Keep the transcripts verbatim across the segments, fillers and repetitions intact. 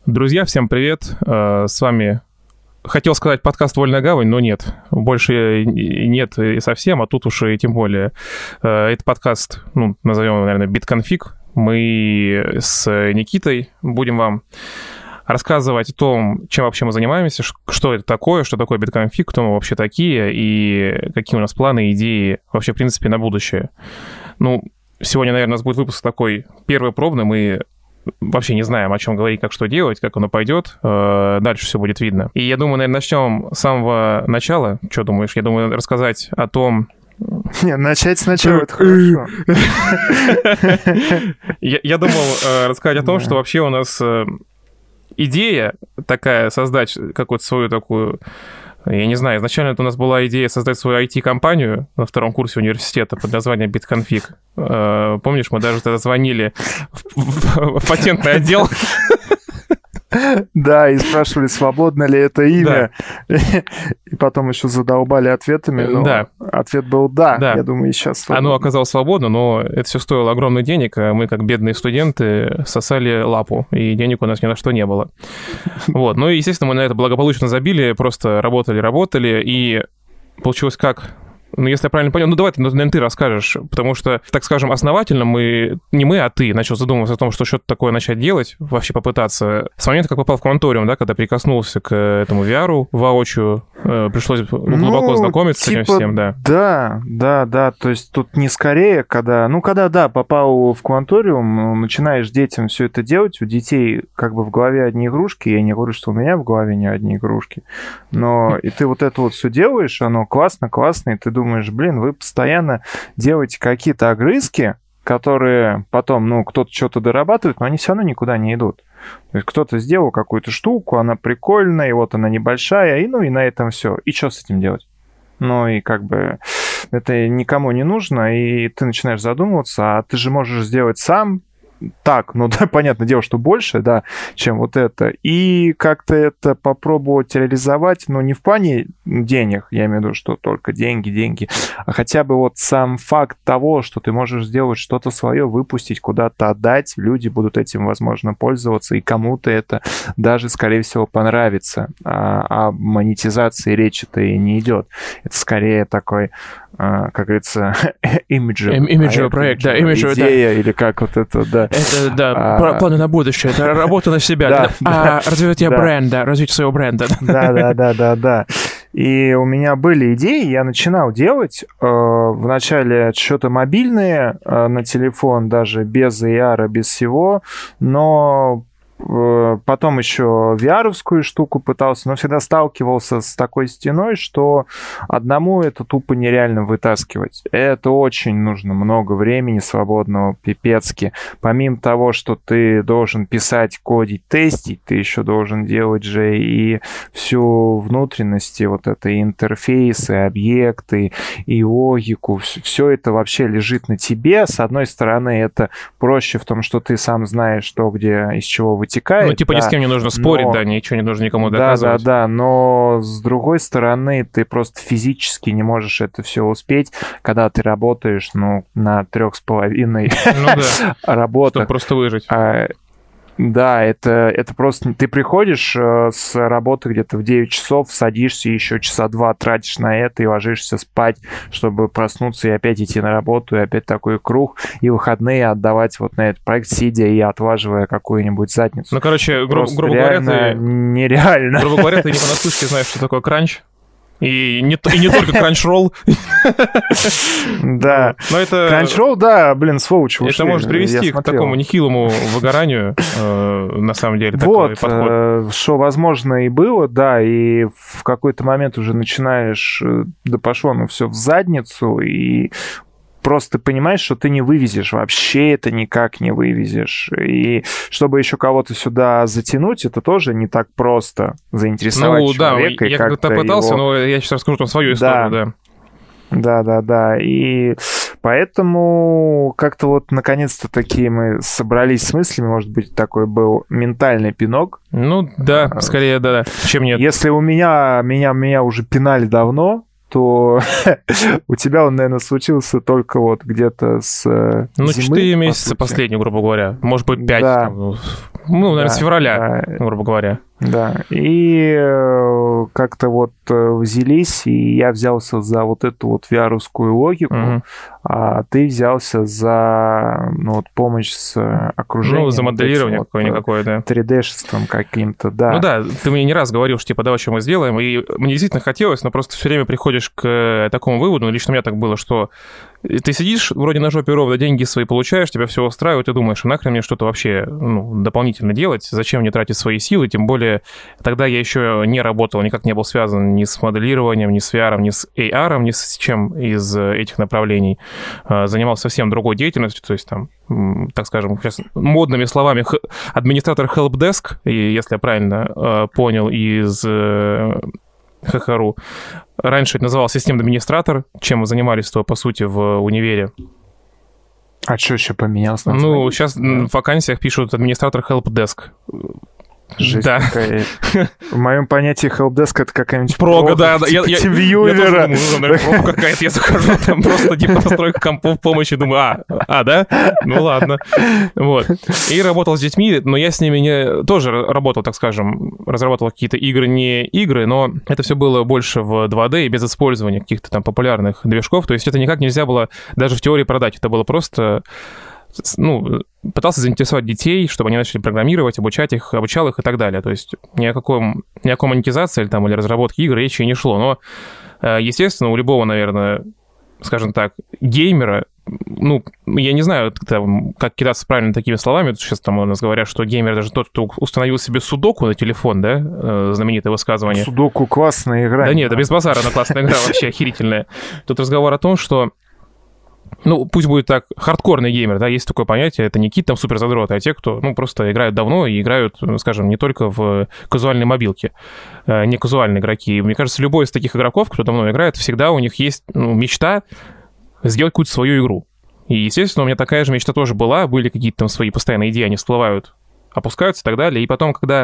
Друзья, всем привет. С вами, хотел сказать, подкаст «Вольная гавань», но нет. Больше нет и совсем, а тут уж и тем более. Это подкаст, ну, назовем его, наверное, BitConfig. Мы с Никитой будем вам рассказывать о том, чем вообще мы занимаемся, что это такое, что такое BitConfig, кто мы вообще такие и какие у нас планы, идеи вообще, в принципе, на будущее. Ну, сегодня, наверное, у нас будет выпуск такой первый пробный. Мы вообще не знаем, о чем говорить, как что делать, как оно пойдет. Дальше все будет видно. И я думаю, наверное, начнем с самого начала. Что думаешь? Я думаю, рассказать о том... Не, начать сначала, это хорошо. Я думал рассказать о том, что вообще у нас идея такая, создать какую-то свою такую... Я не знаю, изначально это у нас была идея создать свою ай ти-компанию на втором курсе университета под названием BitConfig. Помнишь, мы даже тогда звонили в, в патентный отдел. Да, и спрашивали, свободно ли это имя. Да. И потом еще задолбали ответами. Но да. Ответ был да. да. Я думаю, и сейчас свободно. Оно оказалось свободно, но это все стоило огромных денег, а мы, как бедные студенты, сосали лапу, и денег у нас ни на что не было. Вот. Ну и, естественно, мы на это благополучно забили, просто работали-работали, и получилось как... Ну, если я правильно понял, ну, давай, наверное, ты расскажешь, потому что, так скажем, основательно мы, не мы, а ты, начал задумываться о том, что что-то такое начать делать, вообще попытаться. С момента, как попал в Кванториум, да, когда прикоснулся к этому ви ар воочию, э, пришлось глубоко ну, знакомиться типа, с этим всем, да. Да, да, да, то есть тут не скорее, когда, ну, когда, да, попал в Кванториум, начинаешь детям все это делать, у детей как бы в голове одни игрушки, я не говорю, что у меня в голове не одни игрушки, но и ты вот это вот все делаешь, оно классно, классно, и ты думаешь, думаешь, блин, вы постоянно делаете какие-то огрызки, которые потом, ну, кто-то что-то дорабатывает, но они все равно никуда не идут. То есть кто-то сделал какую-то штуку, она прикольная, и вот она небольшая, и ну и на этом все. И что с этим делать? Ну и как бы это никому не нужно, и ты начинаешь задумываться, а ты же можешь сделать сам, так, ну да, понятное дело, что больше, да, чем вот это. И как-то это попробовать реализовать, но не в плане денег, я имею в виду, что только деньги, деньги, а хотя бы вот сам факт того, что ты можешь сделать что-то свое, выпустить, куда-то отдать, люди будут этим, возможно, пользоваться, и кому-то это даже, скорее всего, понравится. А о монетизации речи-то и не идет. Это скорее такой, как говорится, имиджевый имиджевый проект, да, имиджевый, идея, или как вот это, да. Это, да, а, планы на будущее, это работа на себя, да, да, да, а развитие да. бренда, развитие своего бренда. Да, да, да, да, да. И у меня были идеи, я начинал делать э, вначале что-то мобильное э, на телефон, даже без эй ар, без всего, но потом еще ви ар-овскую штуку пытался, но всегда сталкивался с такой стеной, что одному это тупо нереально вытаскивать. Это очень нужно много времени свободного, пипецки. Помимо того, что ты должен писать, кодить, тестить, ты еще должен делать же и всю внутренности, вот это и интерфейсы, объекты, и логику. Все это вообще лежит на тебе. С одной стороны, это проще в том, что ты сам знаешь, что где, из чего вы Текает, ну, типа, да, ни с кем не нужно спорить, но... да, ничего не нужно никому доказывать. Да, да, да, но с другой стороны, ты просто физически не можешь это все успеть, когда ты работаешь, ну, на трех с половиной работах. Чтобы просто выжить. Да, это, это просто... Ты приходишь э, с работы где-то в девять часов, садишься, еще часа два тратишь на это и ложишься спать, чтобы проснуться и опять идти на работу, и опять такой круг, и выходные отдавать вот на этот проект, сидя и отлаживая какую-нибудь задницу. Ну, короче, гру- грубо говоря, ты... нереально. Грубо говоря, ты не понаслышке знаешь, что такое кранч. И не, и не только Crunchyroll. Да. Но это... Crunchyroll, да, блин, сволочь. Это может привести к такому нехилому выгоранию, на самом деле, такой подход. Что, возможно, и было, да, и в какой-то момент уже начинаешь, да пошло, ну все в задницу, и просто понимаешь, что ты не вывезешь, вообще это никак не вывезешь. И чтобы еще кого-то сюда затянуть, это тоже не так просто заинтересовать ну, человека. Да, я как-то пытался, его... но я сейчас расскажу там свою историю, да. Да, да, да. И поэтому как-то вот наконец-то такие мы собрались с мыслями, может быть, такой был ментальный пинок. Ну да, скорее да, чем нет. Если у меня, меня, меня уже пинали давно, что у тебя он, наверное, случился только вот где-то с Ну, зимы, четыре по месяца сути. последние, грубо говоря. Может быть, пять. Да. Там, ну, ну, наверное, Да, с февраля, да. грубо говоря. Да, и э, как-то вот э, взялись, и я взялся за вот эту вот ви ар-овскую логику, Мгм. а ты взялся за ну, вот, помощь с э, окружением. Ну, за вот моделирование этим вот, э, какое-никакое, да. три дэ-шеством каким-то, да. Ну да, ты мне не раз говорил, что типа, давай, что мы сделаем, и мне действительно хотелось, но просто все время приходишь к такому выводу, ну, лично у меня так было, что ты сидишь, вроде на жопе ровно, деньги свои получаешь, тебя все устраивает, и думаешь, а нахрен мне что-то вообще ну, дополнительно делать, зачем мне тратить свои силы, тем более тогда я еще не работал, никак не был связан ни с моделированием, ни с ви ар, ни с эй ар, ни с чем из этих направлений. Занимался совсем другой деятельностью, то есть там, так скажем, сейчас модными словами, администратор helpdesk, если я правильно понял из ХХРУ. Раньше это называлось системный администратор, чем мы занимались-то, по сути, в универе. А что еще поменялось? Ну, сейчас в вакансиях пишут администратор helpdesk. Жесть да. какая. В моем понятии helpdesk это какая-нибудь прога, да, да. Я, типа я, тимвьюера. Я тоже думаю, ну, наверное, прога какая-то. Я захожу, там просто типа настройка компов помощи, думаю, а, а, да? Ну ладно. Вот. И работал с детьми, но я с ними не... тоже работал, так скажем, разрабатывал какие-то игры, не игры, но это все было больше в два дэ и без использования каких-то там популярных движков. То есть это никак нельзя было даже в теории продать. Это было просто... ну, пытался заинтересовать детей, чтобы они начали программировать, обучать их, обучал их и так далее. То есть ни о каком, ни о какой монетизации или, там, или разработке игр речи не шло. Но, естественно, у любого, наверное, скажем так, геймера, ну, я не знаю, там, как кидаться правильно такими словами, сейчас там у нас говорят, что геймер даже тот, кто установил себе судоку на телефон, да, знаменитое высказывание. Судоку классная игра. Да нет, да без базара, она классная игра, вообще охерительная. Тут разговор о том, что ну, пусть будет так, хардкорный геймер, да, есть такое понятие, это не какие-то там суперзадроты, а те, кто, ну, просто играют давно и играют, скажем, не только в казуальной мобилке, не казуальные игроки. И мне кажется, любой из таких игроков, кто давно играет, всегда у них есть ну, мечта сделать какую-то свою игру. И, естественно, у меня такая же мечта тоже была, были какие-то там свои постоянные идеи, они всплывают, опускаются и так далее. И потом, когда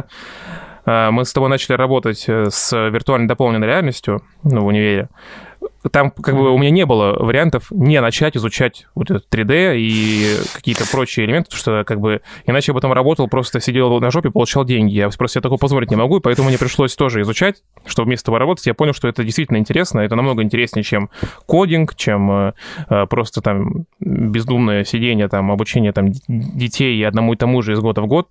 мы с тобой начали работать с виртуальной дополненной реальностью, ну, в универе, там как бы у меня не было вариантов не начать изучать вот это три дэ и какие-то прочие элементы, потому что как бы иначе я потом работал, просто сидел на жопе, получал деньги. Я просто себе такого позволить не могу, поэтому мне пришлось тоже изучать, чтобы вместо того работать. Я понял, что это действительно интересно, это намного интереснее, чем кодинг, чем э, просто там бездумное сидение, там, обучение там, детей одному и тому же из года в год.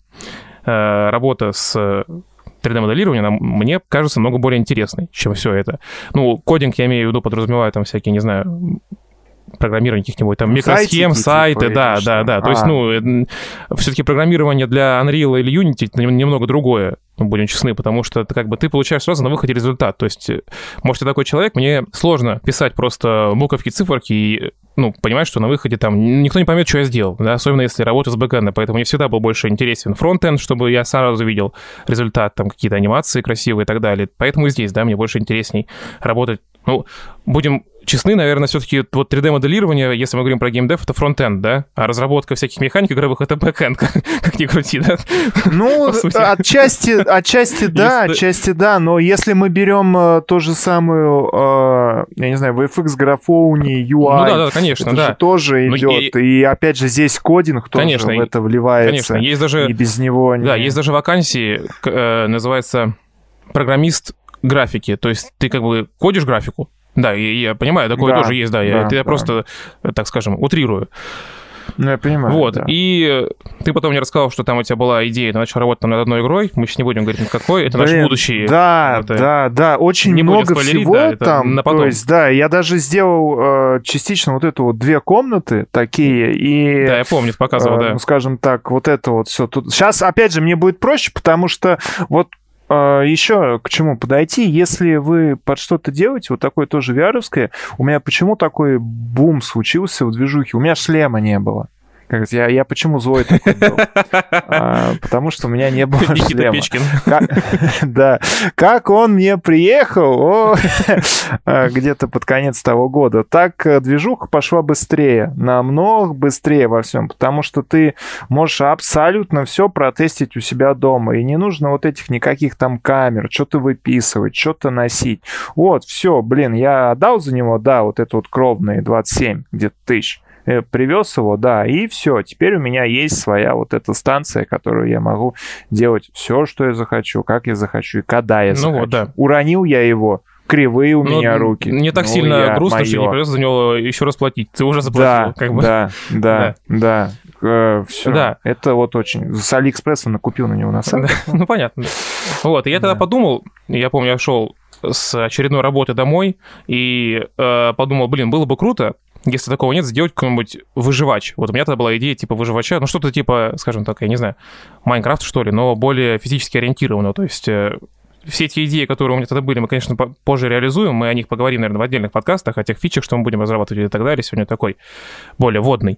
Э, работа с три дэ-моделирование, она, мне кажется, много более интересной, чем все это. Ну, кодинг, я имею в виду, подразумеваю там всякие, не знаю, программирование каких-нибудь там микросхем, Сайтики, сайты, типа, да, или да, что? да. То А. есть, ну, все-таки программирование для Unreal или Unity это немного другое, ну, будем честны, потому что это как бы ты получаешь сразу на выходе результат. То есть, может, я такой человек, мне сложно писать просто буковки, циферки и ну, понимаешь, что на выходе там никто не поймет, что я сделал, да, особенно если работаю с бэкэндом, поэтому мне всегда был больше интересен фронтенд, чтобы я сразу видел результат, там, какие-то анимации красивые и так далее. Поэтому и здесь, да, мне больше интересней работать. Ну, будем честны, наверное, все-таки вот три дэ-моделирование, если мы говорим про геймдев, это фронтенд, да, а разработка всяких механик игровых — это бэкэнд, как ни крути, да? Ну, отчасти, отчасти да, отчасти да, но если мы берем uh, то же самую, uh, я не знаю, ви эф экс, графони, ю ай, ну, да, да, конечно, это да. же тоже ну, идет, и... и опять же здесь кодинг тоже конечно, в это вливается, конечно, есть даже, и без него... Да, не... есть даже вакансии, э, называется программист графики, то есть ты как бы кодишь графику. Да, и я понимаю, такое да, тоже есть, да, да я, это я да. просто, так скажем, утрирую. Ну, я понимаю, вот, да. И ты потом мне рассказал, что там у тебя была идея, ты начал работать там над одной игрой, мы сейчас не будем говорить, над какой, это Блин, наше будущее. Да, это... да, да, очень не много всего да, там, то есть, да, я даже сделал э, частично вот эту вот две комнаты такие, и... Да, я помню, показывал, э, да. Ну, скажем так, вот это вот все тут... Сейчас, опять же, мне будет проще, потому что вот еще к чему подойти, если вы под что-то делаете, вот такое тоже ви ар-овское, у меня почему такой бум случился в движухе? У меня шлема не было. Как, я, я почему злой такой был? А, потому что у меня не было Никита шлема. Печкин. Как, да. Как он мне приехал о, где-то под конец того года, так движуха пошла быстрее, намного быстрее во всем, потому что ты можешь абсолютно все протестить у себя дома, и не нужно вот этих никаких там камер, что-то выписывать, что-то носить. Вот, все, блин, я отдал за него, да, вот это вот кровные двадцать семь где-то тысяч. Привез его, да, и все. Теперь у меня есть своя вот эта станция, которую я могу делать все, что я захочу, как я захочу и когда я захочу. Ну, вот, да. Уронил я его, кривые у ну, меня руки. Не так ну, сильно грустно, моё. Что не придется за него еще раз платить. Ты уже заплатил. Да, как бы. да, да, да. да. Все. Да. Это вот очень... С Алиэкспресса накупил на него на сайт. Ну, понятно. Вот, и я тогда подумал, я помню, я шел с очередной работы домой и подумал, блин, было бы круто, если такого нет, сделать какой-нибудь выживач. Вот у меня тогда была идея типа выживача, ну что-то типа, скажем так, я не знаю, Майнкрафт, что ли, но более физически ориентированно. То есть э, все эти идеи, которые у меня тогда были, мы, конечно, позже реализуем, мы о них поговорим, наверное, в отдельных подкастах, о тех фичах, что мы будем разрабатывать и так далее. Сегодня такой более водный.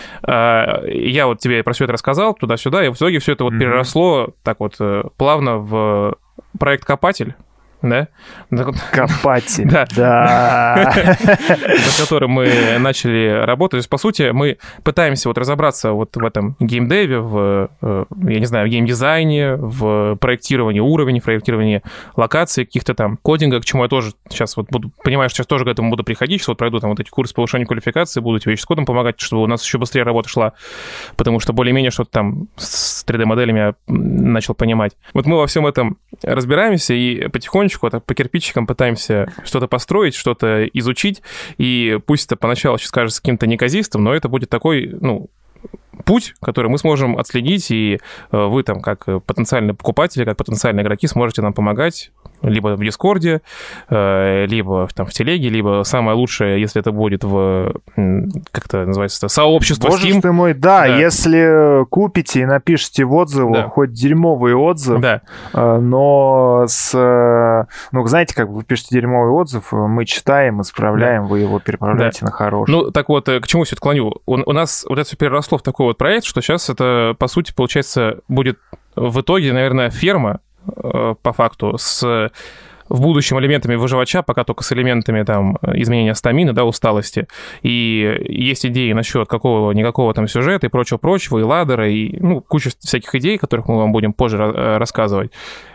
Э, я вот тебе про все это рассказал, туда-сюда, и в итоге все это вот mm-hmm. переросло так вот э, плавно в проект «Копатель». Да? Копатель. Да. Да. Над которым мы начали работать. То есть, по сути, мы пытаемся вот разобраться вот в этом геймдеве, в, я не знаю, в геймдизайне, в проектировании уровней, в проектировании локаций, каких-то там кодинга, к чему я тоже сейчас вот буду, понимаю, что сейчас тоже к этому буду приходить, что вот пройду там вот эти курсы повышения квалификации, буду тебе еще с кодом помогать, чтобы у нас еще быстрее работа шла, потому что более-менее что-то там с три дэ-моделями я начал понимать. Вот мы во всем этом разбираемся и потихонечку вот по кирпичикам пытаемся что-то построить, что-то изучить, и пусть это поначалу сейчас кажется каким-то неказистым, но это будет такой, ну, путь, который мы сможем отследить, и вы там, как потенциальные покупатели, как потенциальные игроки, сможете нам помогать либо в Дискорде, либо там в Телеге, либо самое лучшее, если это будет в, как это называется, сообщество Боже Steam. Боже ты мой, да, да, если купите и напишите в отзывы, да. хоть дерьмовый отзыв, да. но с, ну, знаете, как вы пишете дерьмовый отзыв, мы читаем, исправляем, да. вы его переправляете да. на хороший. Ну, так вот, к чему все это клоню? У, у нас вот это все переросло в такой вот проект, что сейчас это, по сути, получается, будет в итоге, наверное, ферма, по факту, с в будущем элементами выживача, пока только с элементами там изменения стамины, да, усталости. И есть идеи насчет какого-никакого там сюжета и прочего-прочего, и ладдера, и, ну, куча всяких идей, которых мы вам будем позже рассказывать.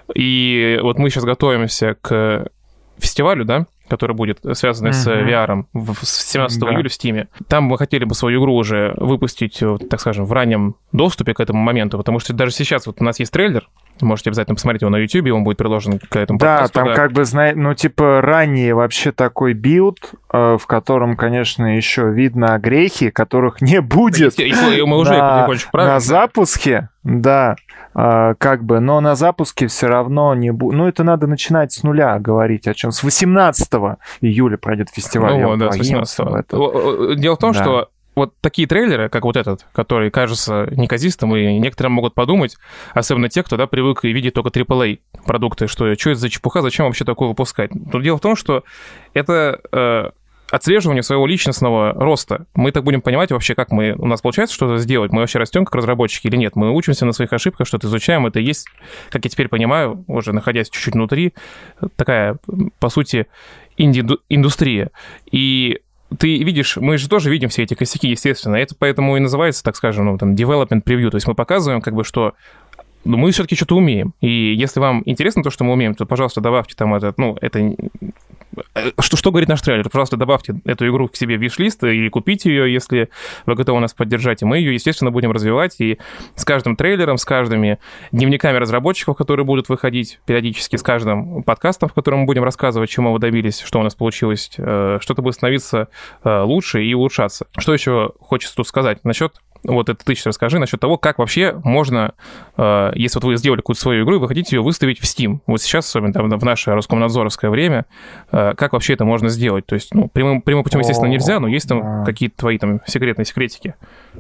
И вот мы сейчас готовимся к фестивалю, да, который будет связан mm-hmm. с ви ар, с семнадцатого июля в Steam. Там мы хотели бы свою игру уже выпустить, так скажем, в раннем доступе к этому моменту, потому что даже сейчас вот у нас есть трейлер, можете обязательно посмотреть его на YouTube, он будет приложен к этому да, подкасту. Там да, там как бы, ну, типа, ранее вообще такой билд, в котором, конечно, еще видно огрехи, которых не будет и, и мы уже на, потихонечку, правильно? На запуске, да, как бы, но на запуске все равно не будет. Ну, это надо начинать с нуля говорить о чем. С восемнадцатого июля пройдет фестиваль. Ну, да, с восемнадцатого. Дело в том, да. что вот такие трейлеры, как вот этот, который кажется неказистым, и некоторые могут подумать, особенно те, кто, да, привык видеть только трипл эй продукты, что что это за чепуха, зачем вообще такое выпускать? Но дело в том, что это э, отслеживание своего личностного роста. Мы так будем понимать вообще, как мы, у нас получается что-то сделать, мы вообще растем как разработчики или нет. Мы учимся на своих ошибках, что-то изучаем, это и есть, как я теперь понимаю, уже находясь чуть-чуть внутри, такая, по сути, инди-индустрия. И ты видишь, мы же тоже видим все эти косяки, естественно, это поэтому и называется, так скажем, ну, там, development preview, то есть мы показываем, как бы, что ну, мы все-таки что-то умеем, и если вам интересно то, что мы умеем, то, пожалуйста, добавьте там этот, ну, это... Что, что говорит наш трейлер? Пожалуйста, добавьте эту игру к себе в виш-лист или купите ее, если вы готовы нас поддержать. И мы ее, естественно, будем развивать. И с каждым трейлером, с каждыми дневниками разработчиков, которые будут выходить периодически, с каждым подкастом, в котором мы будем рассказывать, чему вы добились, что у нас получилось, что-то будет становиться лучше и улучшаться. Что еще хочется тут сказать насчет... Вот это ты сейчас расскажи насчет того, как вообще можно, э, если вот вы сделали какую-то свою игру, и вы хотите ее выставить в Steam. Вот сейчас, особенно там, в наше Роскомнадзоровское время, э, как вообще это можно сделать? То есть, ну, прямым, прямым путем, естественно, нельзя, но есть там да. какие-то твои там секретные секретики.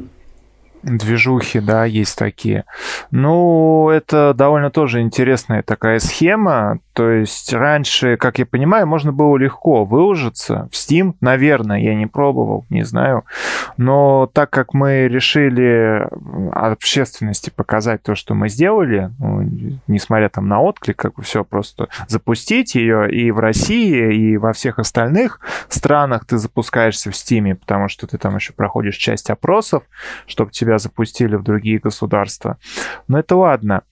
Движухи, да, есть такие. Ну, это довольно тоже интересная такая схема. То есть раньше, как я понимаю, можно было легко выложиться в Steam, наверное, я не пробовал, не знаю. Но так как мы решили общественности показать то, что мы сделали, ну, несмотря там на отклик, как бы все просто запустить ее и в России, и во всех остальных странах ты запускаешься в Steam, потому что ты там еще проходишь часть опросов, чтобы тебя запустили в другие государства. Но это ладно.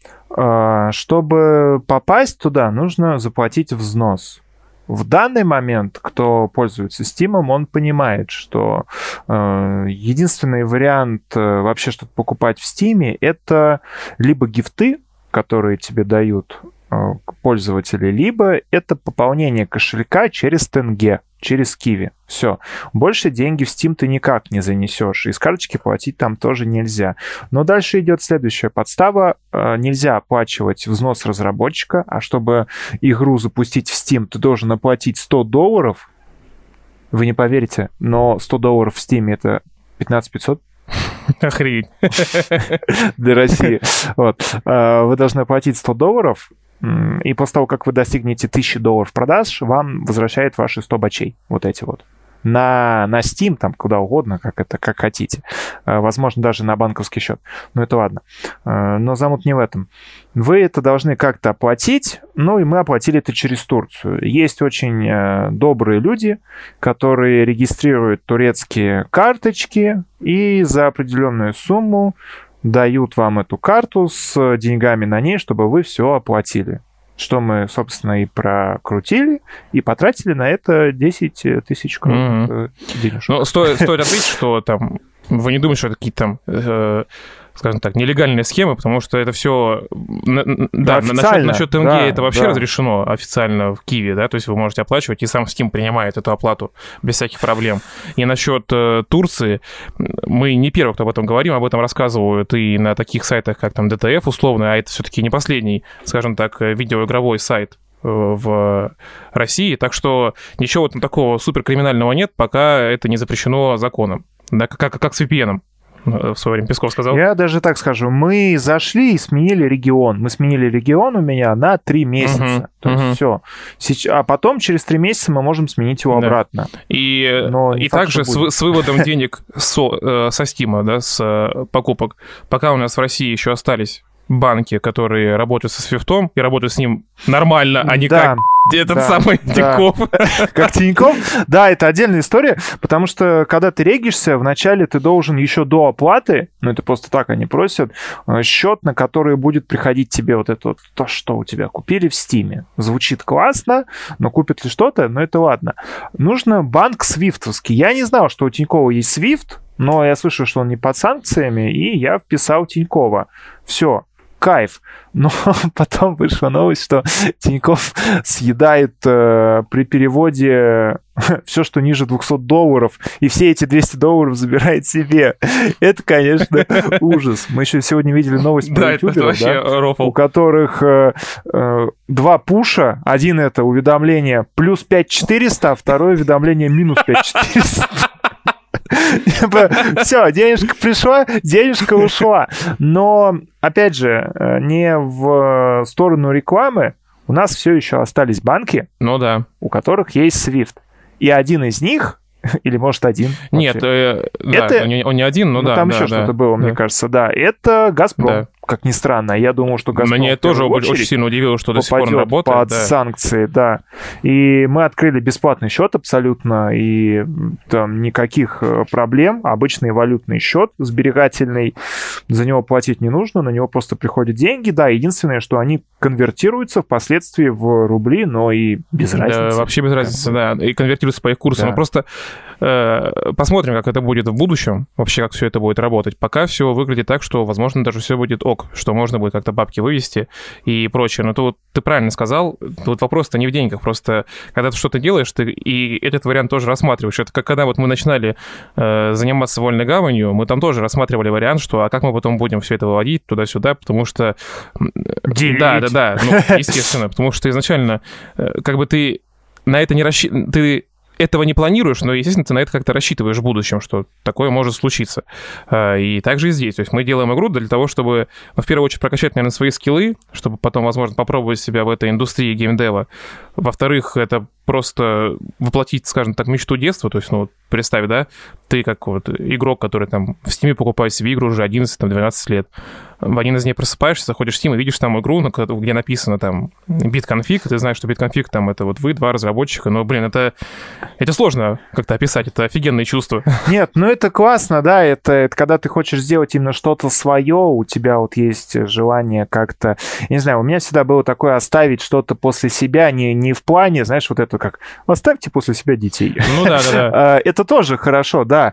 Чтобы попасть туда, нужно заплатить взнос. В данный момент, кто пользуется Steam, он понимает, что э, единственный вариант э, вообще что-то покупать в Steam, это либо гифты, которые тебе дают э, пользователи, либо это пополнение кошелька через тенге, через Kiwi. Все. Больше деньги в Steam ты никак не занесешь. И с карточки платить там тоже нельзя. Но дальше идет следующая подстава. Нельзя оплачивать взнос разработчика, а чтобы игру запустить в Steam, ты должен оплатить сто долларов. Вы не поверите, но сто долларов в Steam — это пятнадцать тысяч пятьсот. Охренеть. Для России. Вот. Вы должны оплатить сто долларов, и после того, как вы достигнете тысячи долларов продаж, вам возвращают ваши сто бачей. Вот эти вот. На, на Steam, там, куда угодно, как это, как хотите. Возможно, даже на банковский счет. Но это ладно. Но замут не в этом. Вы это должны как-то оплатить, ну и мы оплатили это через Турцию. Есть очень добрые люди, которые регистрируют турецкие карточки и за определенную сумму дают вам эту карту с деньгами на ней, чтобы вы все оплатили. Что мы, собственно, и прокрутили, и потратили на это десять тысяч крон mm-hmm. денежек. Ну, стоит, стоит отметить, что там вы не думаете, что это какие-то там, э, скажем так, нелегальные схемы, потому что это все... Да, насчет, насчет ТНГ да, это вообще да. разрешено официально в Киеве, да, то есть вы можете оплачивать, и сам Steam принимает эту оплату без всяких проблем. И насчет э, Турции, мы не первый, кто об этом говорим, об этом рассказывают и на таких сайтах, как там ди ти эф условно, а это все-таки не последний, скажем так, видеоигровой сайт в России, так что ничего там такого суперкриминального нет, пока это не запрещено законом, да, как, как с ви пи эн. В свое время Песков сказал. Я даже так скажу. Мы зашли и сменили регион. Мы сменили регион у меня на три месяца. Uh-huh, То есть uh-huh. все. Сейчас, а потом через три месяца мы можем сменить его да. обратно. И, и также с, с выводом денег со, со Steam, да, с покупок, пока у нас в России еще остались банки, которые работают со Свифтом и работают с ним нормально, а не да, как этот да, самый да. Тинькофф. Как Тинькофф? Да, это отдельная история, потому что когда ты регишься, вначале ты должен еще до оплаты, ну это просто так они просят, счет, на который будет приходить тебе вот это вот, то, что у тебя купили в Стиме. Звучит классно, но купит ли что-то, но это ладно. Нужно банк свифтовский. Я не знал, что у Тинькова есть Свифт, но я слышал, что он не под санкциями, и я вписал Тинькова. Все. Кайф. Но потом вышла новость, что Тинькофф съедает э, при переводе все, что ниже двести долларов, и все эти двести долларов забирает себе. Это, конечно, ужас. Мы еще сегодня видели новость про ютуберов, да, у которых э, э, два пуша. Один — это уведомление плюс пять тысяч четыреста, а второе уведомление минус пять тысяч четыреста. Все, денежка пришла, денежка ушла. Но, опять же, не в сторону рекламы, у нас все еще остались банки, ну да, у которых есть Свифт. И один из них, или может один. Нет, э, да, это, он, не, он не один, но ну, да. Там да, еще да, что-то да, было, да. мне кажется, да. Это «Газпром». Да. Как ни странно, я думал, что «Газпром» Мне тоже очень сильно удивило, что до сих пор он работает. под да. санкции, да. И мы открыли бесплатный счет абсолютно, и там никаких проблем. Обычный валютный счет, сберегательный, за него платить не нужно, на него просто приходят деньги. Да, единственное, что они конвертируются впоследствии в рубли, но и без да, разницы. Вообще без разницы, да. И конвертируются по их курсу. Да. Но просто э, посмотрим, как это будет в будущем, вообще, как все это будет работать. Пока все выглядит так, что, возможно, даже все будет ок, что можно будет как-то бабки вывести и прочее. Но тут ты правильно сказал, тут вопрос-то не в деньгах, просто когда ты что-то делаешь, ты и этот вариант тоже рассматриваешь. Это как когда вот мы начинали э, заниматься вольной гаванью, мы там тоже рассматривали вариант, что а как мы потом будем все это выводить туда-сюда, потому что... Делить. Да, да, да, ну, естественно, потому что изначально э, как бы ты на это не рассчитываешь, ты этого не планируешь, но, естественно, ты на это как-то рассчитываешь в будущем, что такое может случиться. И также и здесь. То есть мы делаем игру для того, чтобы, ну, в первую очередь, прокачать, наверное, свои скиллы, чтобы потом, возможно, попробовать себя в этой индустрии геймдева. Во-вторых, это просто воплотить, скажем так, мечту детства. То есть, ну, вот представь, да, ты как вот игрок, который там в Steam покупает себе игру уже одиннадцать-двенадцать лет. В один из дней просыпаешься, заходишь в Steam и видишь там игру, где написано там BitConfig, и ты знаешь, что BitConfig там это вот вы, два разработчика. Но, блин, это, это сложно как-то описать, это офигенные чувства. Нет, ну это классно, да, это, это когда ты хочешь сделать именно что-то свое, у тебя вот есть желание как-то, не знаю, у меня всегда было такое оставить что-то после себя, не, не в плане, знаешь, вот это как оставьте после себя детей. Ну да, да, да. Это тоже хорошо, да,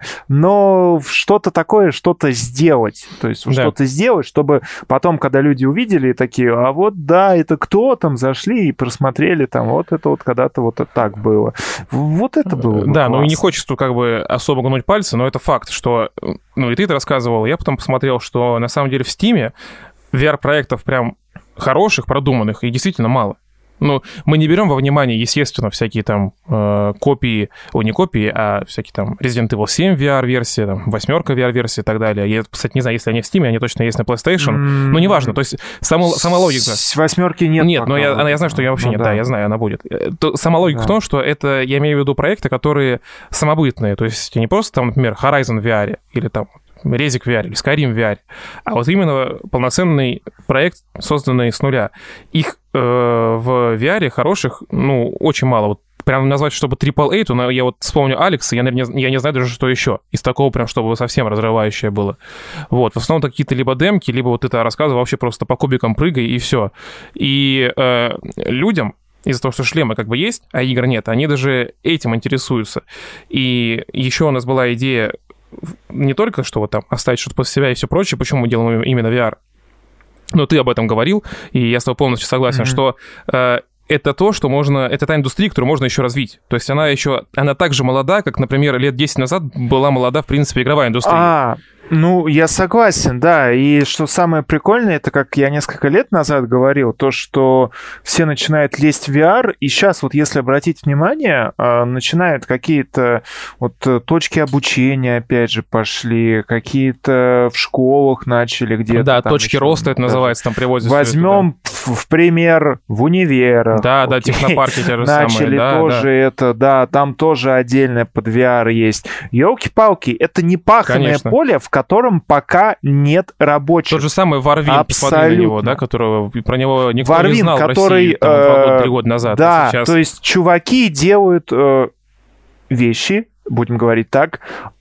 но что-то такое, что-то сделать, то есть что-то сделать, чтобы потом, когда люди увидели, такие, а вот да, это кто там, зашли и просмотрели там, вот это вот когда-то вот так было. Вот это было бы Да, классно. ну и не хочется как бы особо гнуть пальцы, но это факт, что, ну и ты это рассказывал, я потом посмотрел, что на самом деле в Steam ви ар-проектов прям хороших, продуманных, и действительно мало. Ну, мы не берем во внимание, естественно, всякие там э, копии, о, не копии, а всякие там Resident Evil семь ви ар-версия, там, восьмерка ви ар-версия и так далее. Я, кстати, не знаю, если они в Steam, они точно есть на PlayStation, mm-hmm. но неважно, то есть сама, сама логика... С восьмерки нет. Нет, но я, она, я знаю, что я вообще ну, нет, да. да, я знаю, она будет. То, сама логика да. в том, что это, я имею в виду проекты, которые самобытные, то есть не просто там, например, Horizon ви ар или там Резик ви ар или Skyrim ви ар, а вот именно полноценный проект, созданный с нуля. Их э, в ви ар хороших, ну, очень мало. Вот прям назвать, чтобы трипл эй, то я вот вспомню Алекса, я, наверное, я не знаю даже, что еще. Из такого прям, чтобы совсем разрывающее было. Вот. В основном какие-то либо демки, либо вот это рассказывал вообще просто по кубикам прыгай, и все. И э, людям из-за того, что шлемы как бы есть, а игр нет, они даже этим интересуются. И еще у нас была идея не только, что вот там оставить что-то после себя и все прочее, почему мы делаем именно ви ар, но ты об этом говорил, и я с тобой полностью согласен, mm-hmm. что э, это то, что можно, это та индустрия, которую можно еще развить. То есть она еще, она так же молода, как, например, лет десять назад была молода, в принципе, игровая индустрия. А, ну, я согласен, да. И что самое прикольное, это, как я несколько лет назад говорил, то, что все начинают лезть в ви ар, и сейчас вот, если обратить внимание, начинают какие-то вот точки обучения, опять же, пошли, какие-то в школах начали где-то. Да, точки еще, роста это называется, там приводится. Возьмем в, в пример в универах. Да, окей. Да, технопарки те же самые. Начали да, тоже да. это, да, там тоже отдельно под ви ар есть. Ёлки-палки, это не паханное Конечно. поле, в котором пока нет рабочих. Тот же самый Варвин, посмотри на него, да, которого, про него никто Варвин, не знал который, в России там, два года, три года назад. Да, а сейчас... то есть чуваки делают э, вещи, будем говорить так,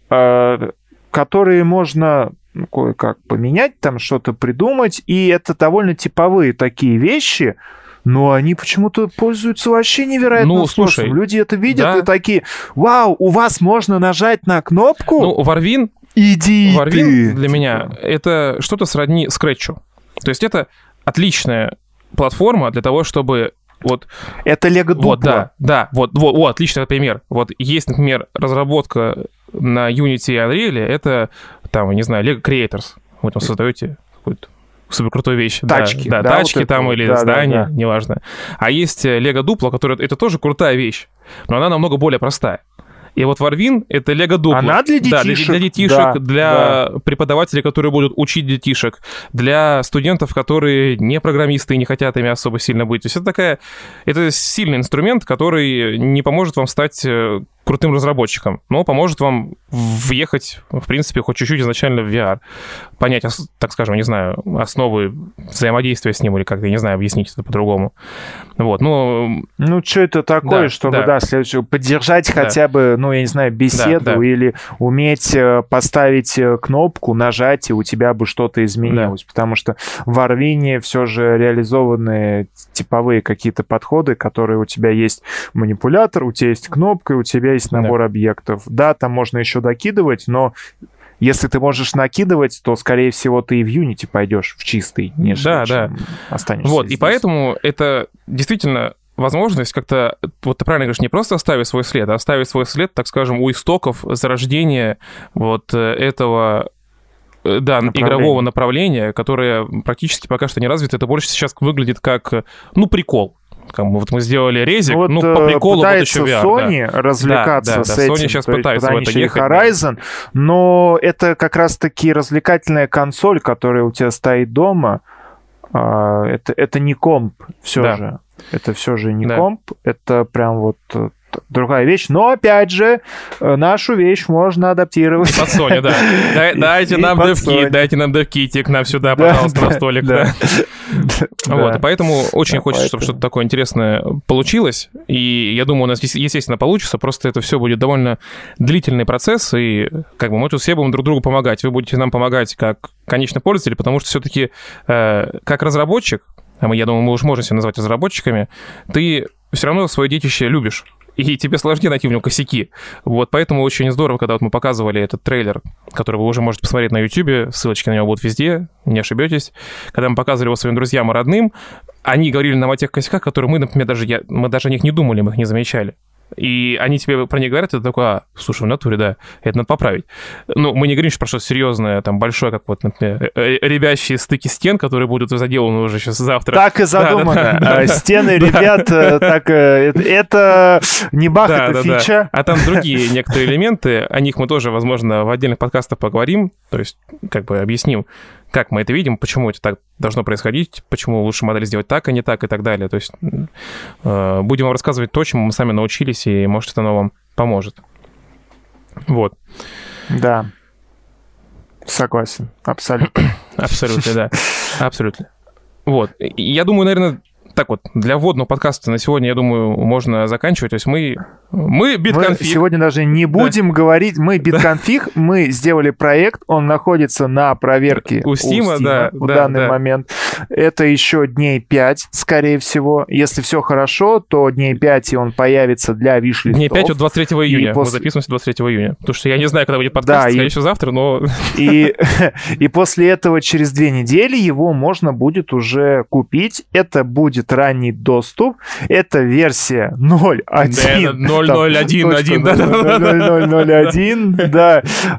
э, которые можно ну, кое-как поменять, там что-то придумать, и это довольно типовые такие вещи, но они почему-то пользуются вообще невероятным ну, спросом. слушай, Люди это видят да. и такие, вау, у вас можно нажать на кнопку? Ну, Варвин, Иди Варвин ты. для меня это что-то сродни скретчу. То есть это отличная платформа для того, чтобы вот... Это Lego Duplo. Вот, да, да, вот, вот, вот, отличный пример. Вот есть, например, разработка на Unity и Unreal, это, там, не знаю, Lego Creators. Вы там создаете какую-то суперкрутую вещь. Тачки. Да, да, да тачки вот там это, или да, здания, да, да. неважно. А есть Lego Duplo, который, это тоже крутая вещь, но она намного более простая. И вот Варвин — это Lego Duplo. Она для детишек. Да, для, для детишек, да, для да. преподавателей, которые будут учить детишек, для студентов, которые не программисты и не хотят ими особо сильно быть. То есть это такая... Это сильный инструмент, который не поможет вам стать крутым разработчиком, но поможет вам въехать, в принципе, хоть чуть-чуть изначально в ви ар. Понять, так скажем, не знаю, основы взаимодействия с ним, или как-то, не знаю, объяснить это по-другому. Вот, ну... Ну, что это такое, да, чтобы, да, да следующего, поддержать да. хотя бы, ну, я не знаю, беседу, да, да. или уметь поставить кнопку, нажать, и у тебя бы что-то изменилось. Да. Потому что в Варвине все же реализованы типовые какие-то подходы, которые у тебя есть манипулятор, у тебя есть кнопка, и у тебя есть набор да. объектов. Да, там можно еще докидывать, но если ты можешь накидывать, то, скорее всего, ты и в Unity пойдешь в чистый, нежели да, чем да. останешься Вот, здесь. И поэтому это действительно возможность как-то, вот ты правильно говоришь, не просто оставить свой след, а оставить свой след, так скажем, у истоков зарождения вот этого... Да, направление. игрового направления, которое практически пока что не развито. Это больше сейчас выглядит как, ну, прикол. Как бы, вот мы сделали резик, ну, ну, вот, по приколу вот еще ви ар. Sony да. развлекаться да, да, с да. этим. Sony сейчас то пытается есть, в это ехать. Horizon, да. но это как раз-таки развлекательная консоль, которая у тебя стоит дома. Это, это не комп все да. же. Это все же не да. комп. Это прям вот другая вещь. Но, опять же, нашу вещь можно адаптировать. И под Sony, да. Дайте нам девкит, дайте нам девкитик, нам сюда, пожалуйста, на столик. Вот, поэтому очень хочется, чтобы что-то такое интересное получилось. И я думаю, у нас, естественно, получится. Просто это все будет довольно длительный процесс. И как бы мы тут все будем друг другу помогать. Вы будете нам помогать как конечный пользователь, потому что все-таки как разработчик, а мы, я думаю, мы уж можем себя назвать разработчиками, ты все равно свое детище любишь. И тебе сложнее найти в нем косяки. Вот, поэтому очень здорово, когда вот мы показывали этот трейлер, который вы уже можете посмотреть на YouTube, ссылочки на него будут везде, не ошибетесь. Когда мы показывали его своим друзьям и родным, они говорили нам о тех косяках, которые мы, например, даже, я, мы даже о них не думали, мы их не замечали. И они тебе про них говорят, и ты такой, а, слушай, в натуре, да, это надо поправить. Ну, мы не говорим про что-то серьезное, там, большое, как вот, например, ребящие стыки стен, которые будут заделаны уже сейчас завтра. Так и задумано. Да, да, да. Стены, ребят, так, это не баг, да, это да, фича. Да. А там другие некоторые элементы, о них мы тоже, возможно, в отдельных подкастах поговорим, то есть, как бы объясним, как мы это видим, почему это так должно происходить, почему лучше модель сделать так, а не так и так далее. То есть э, будем вам рассказывать то, чему мы сами научились, и, может, оно вам поможет. Вот. Да. Согласен. Абсолютно. Абсолютно, да. Абсолютно. Вот. Я думаю, наверное, так вот, для вводного подкаста на сегодня, я думаю, можно заканчивать. То есть мы... Мы BitConfig. Мы сегодня даже не будем да. говорить. Мы BitConfig, да. мы сделали проект, он находится на проверке у Steam, да, в да, данный да. момент. Это еще дней пять, скорее всего. Если все хорошо, то дней пять, и он появится для виш-листов. Дней пять от двадцать третьего июня. После... Мы записываемся двадцать третьего июня. Потому что я не знаю, когда будет подкаст, да, скорее и... всего, завтра, но... И... и после этого через две недели его можно будет уже купить. Это будет ранний доступ. Это версия ноль один. ноль ноль один один, да. ноль ноль ноль один, да.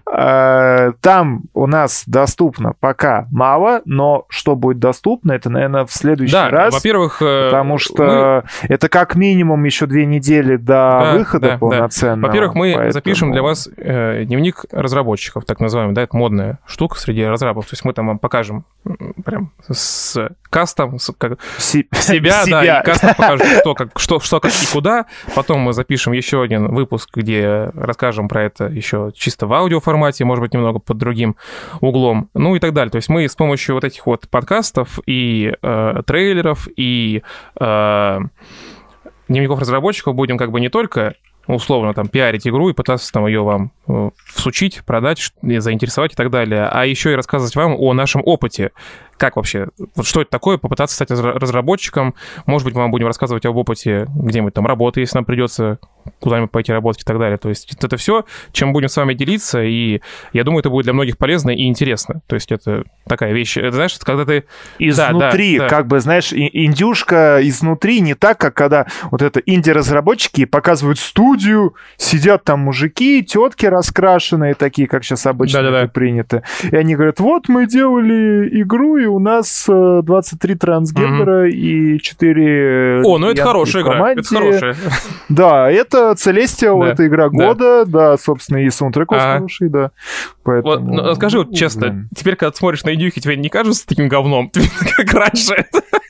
Там у нас доступно пока мало, но что будет доступно, это, наверное, в следующий да, раз. Во-первых, потому что мы... это как минимум еще две недели до да, выхода да, полноценного. Да. Во-первых, мы поэтому... запишем для вас э, дневник разработчиков, так называемый, да, это модная штука среди разрабов. То есть мы там вам покажем прям с кастом, с, как, Си... себя, себя, да, и кастом покажем, что как, что, что, как и куда. Потом мы запишем еще один выпуск, где расскажем про это еще чисто в аудиоформате, может быть, немного под другим углом, ну и так далее. То есть мы с помощью вот этих вот подкастов и э, трейлеров, и э, дневников разработчиков будем как бы не только условно там пиарить игру и пытаться там ее вам э, всучить, продать, заинтересовать и так далее, а еще и рассказывать вам о нашем опыте. Как вообще, вот что это такое, попытаться стать разработчиком. Может быть, мы вам будем рассказывать об опыте где-нибудь там работы, если нам придется куда-нибудь пойти работать и так далее. То есть это все, чем будем с вами делиться, и я думаю, это будет для многих полезно и интересно. То есть это такая вещь, это, знаешь, когда ты... Изнутри, да, да, как да. бы, знаешь, индюшка изнутри, не так, как когда вот это инди-разработчики показывают студию, сидят там мужики, тетки раскрашенные, такие, как сейчас обычно да, да, это да. принято. И они говорят, вот мы делали игру, и у нас двадцать три трансгендера mm-hmm. и четыре... О, ну это хорошая игра, это хорошая. Да, это Celestial, да. это игра года, да, да собственно, и саундтрек а... хороший, да. Поэтому... Вот, ну, скажи вот честно, блин. Теперь, когда ты смотришь на индюхи, тебе не кажется таким говном, как раньше?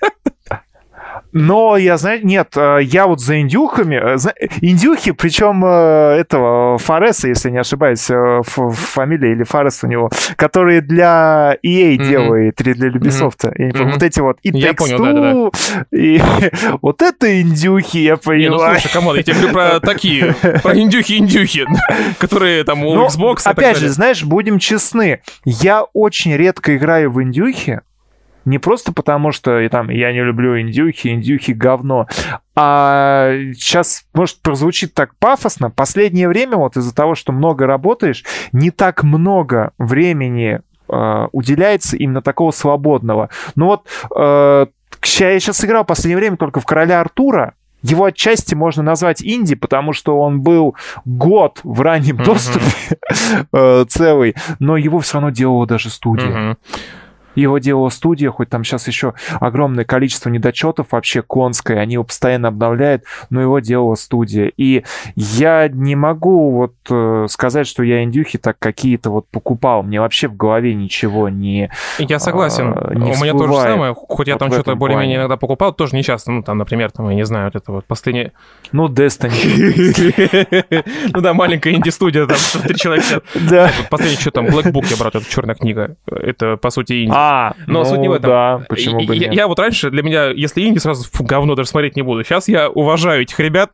Но я знаю, нет, я вот за индюхами, индюхи, причем этого Фареса, если не ошибаюсь, фамилия или Фарес у него, которые для и эй mm-hmm. делает, или для Ubisoft. Mm-hmm. Mm-hmm. Вот эти вот и я понял, да, да, да. И вот это индюхи, я понимаю. Не, ну слушай, камон, я тебе говорю про такие, про индюхи-индюхи, которые там у Но, Xbox. Опять же, знаешь, будем честны, я очень редко играю в индюхи. Не просто потому, что там, я не люблю индюхи, индюхи говно, а сейчас, может, прозвучит так пафосно. Последнее время, вот из-за того, что много работаешь, не так много времени э, уделяется именно такого свободного. Ну вот, э, я сейчас играл в последнее время только в «Короля Артура». Его отчасти можно назвать инди, потому что он был год в раннем mm-hmm. доступе целый, но его все равно делала даже студия. Mm-hmm. Его делала студия, хоть там сейчас еще огромное количество недочетов вообще конское, они его постоянно обновляют, но его делала студия. И я не могу вот э, сказать, что я индюхи так какие-то вот покупал. Мне вообще в голове ничего не Я согласен. Э, не У меня то же самое. Хоть я вот там в что-то этом более-менее плане. иногда покупал, тоже не часто. Ну, там, например, там, я не знаю, вот это вот последнее... Ну, Destiny. Ну да, маленькая инди-студия, там три человека. Да. Последний, что там, Black Book я брал, это черная книга. Это, по сути, инди. А, Но суть не в этом. Да, почему бы Я, нет? я вот раньше, для меня, если инди, сразу фу, говно даже смотреть не буду. Сейчас я уважаю этих ребят.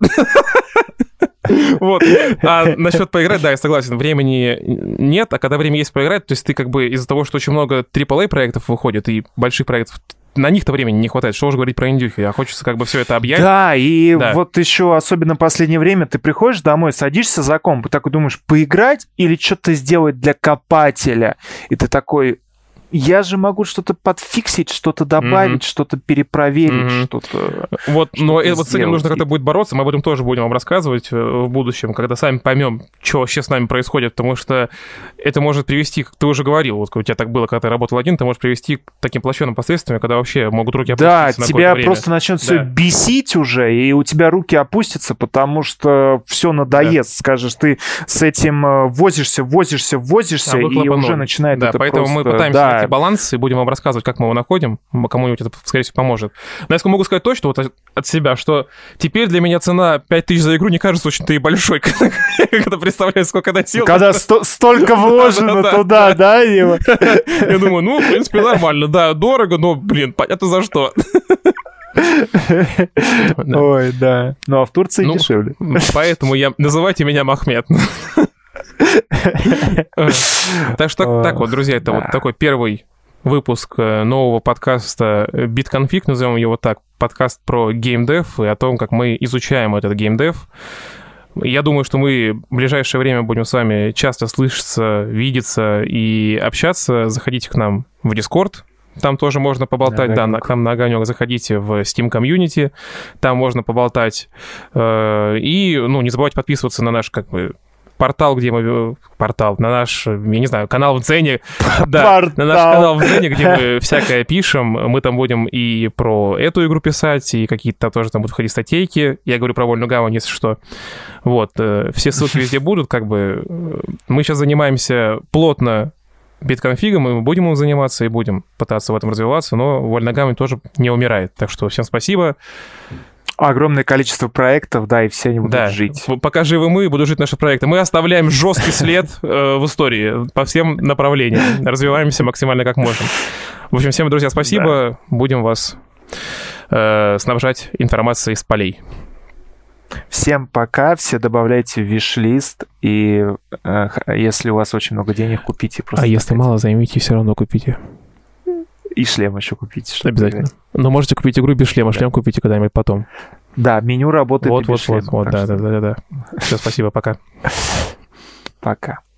Вот. А насчет поиграть, да, я согласен, времени нет, а когда время есть поиграть, то есть ты как бы из-за того, что очень много трипл эй проектов выходит и больших проектов, на них-то времени не хватает. Что уж говорить про индюхи, а хочется как бы все это объять. Да, и Да. вот еще особенно в последнее время ты приходишь домой, садишься за комп, и такой думаешь, поиграть или что-то сделать для копателя? И ты такой, я же могу что-то подфиксить, что-то добавить, Мгм. что-то перепроверить, Мгм. что-то... Вот, но что-то э, вот с этим нужно сделать. как-то будет бороться, мы об этом тоже будем вам рассказывать э, в будущем, когда сами поймем, что вообще с нами происходит, потому что это может привести, как ты уже говорил, вот у тебя так было, когда ты работал один, ты можешь привести к таким плачевным последствиям, когда вообще могут руки Да, опуститься на тебя какое-то время. просто начнет все Да. бесить уже, и у тебя руки опустятся, потому что все надоест. Скажешь, ты с этим э, возишься, возишься, возишься, А, и выхлопа уже ноль. начинает Да, это поэтому мы просто- пытаемся да. найти баланс и будем вам рассказывать, как мы его находим. М, Кому-нибудь это, скорее всего, поможет. Но я могу сказать точно вот от- от себя, что теперь для меня цена пять тысяч за игру не кажется очень-то и большой, когда представляю, сколько носил. Когда сто- столько вложено Да-да-да. туда, да, Ева? Я думаю, ну, в принципе, нормально. Да, дорого, но, блин, понятно за что. Да. Ой, да. Ну, а в Турции Ну, дешевле. Поэтому я... Называйте меня Махмед. Так что так вот, друзья, это вот такой первый выпуск э, нового подкаста BitConfig, назовем его так, подкаст про геймдев и о том, как мы изучаем этот геймдев. Я думаю, что мы в ближайшее время будем с вами часто слышаться, видеться и общаться. Заходите к нам в Discord, там тоже можно поболтать, На да, огонек. на, к нам на огонек заходите в Steam Community, там можно поболтать. Э, и, ну, не забывайте подписываться на наш, как бы, портал, где мы... Портал, на наш, я не знаю, канал в Дзене. Да, на наш Портал. канал в Дзене, где мы всякое пишем. Мы там будем и про эту игру писать, и какие-то тоже там будут ходить статейки. Я говорю про Вольную гавань, если что. Вот, э, все ссылки везде будут, как бы. Э, Мы сейчас занимаемся плотно битконфигом, и мы будем им заниматься, и будем пытаться в этом развиваться, но Вольная гавань тоже не умирает. Так что всем спасибо. Огромное количество проектов, да, и все они будут Да, жить. пока живы мы, будут жить наши проекты. Мы оставляем жесткий след э, в истории по всем направлениям. Развиваемся максимально как можем. В общем, всем, друзья, спасибо. Будем вас э, снабжать информацией с полей. Всем пока, все добавляйте в виш-лист, и э, х- если у вас очень много денег, купите просто. А если такая- мало, займите, все равно купите. И шлем еще купите. чтобы Обязательно. играть. Но можете купить игру без шлема, шлем купите когда-нибудь потом. Да, меню работает Вот, и без вот, вот, шлема, вот, так да, что да, да, да. Все, спасибо, пока. Пока.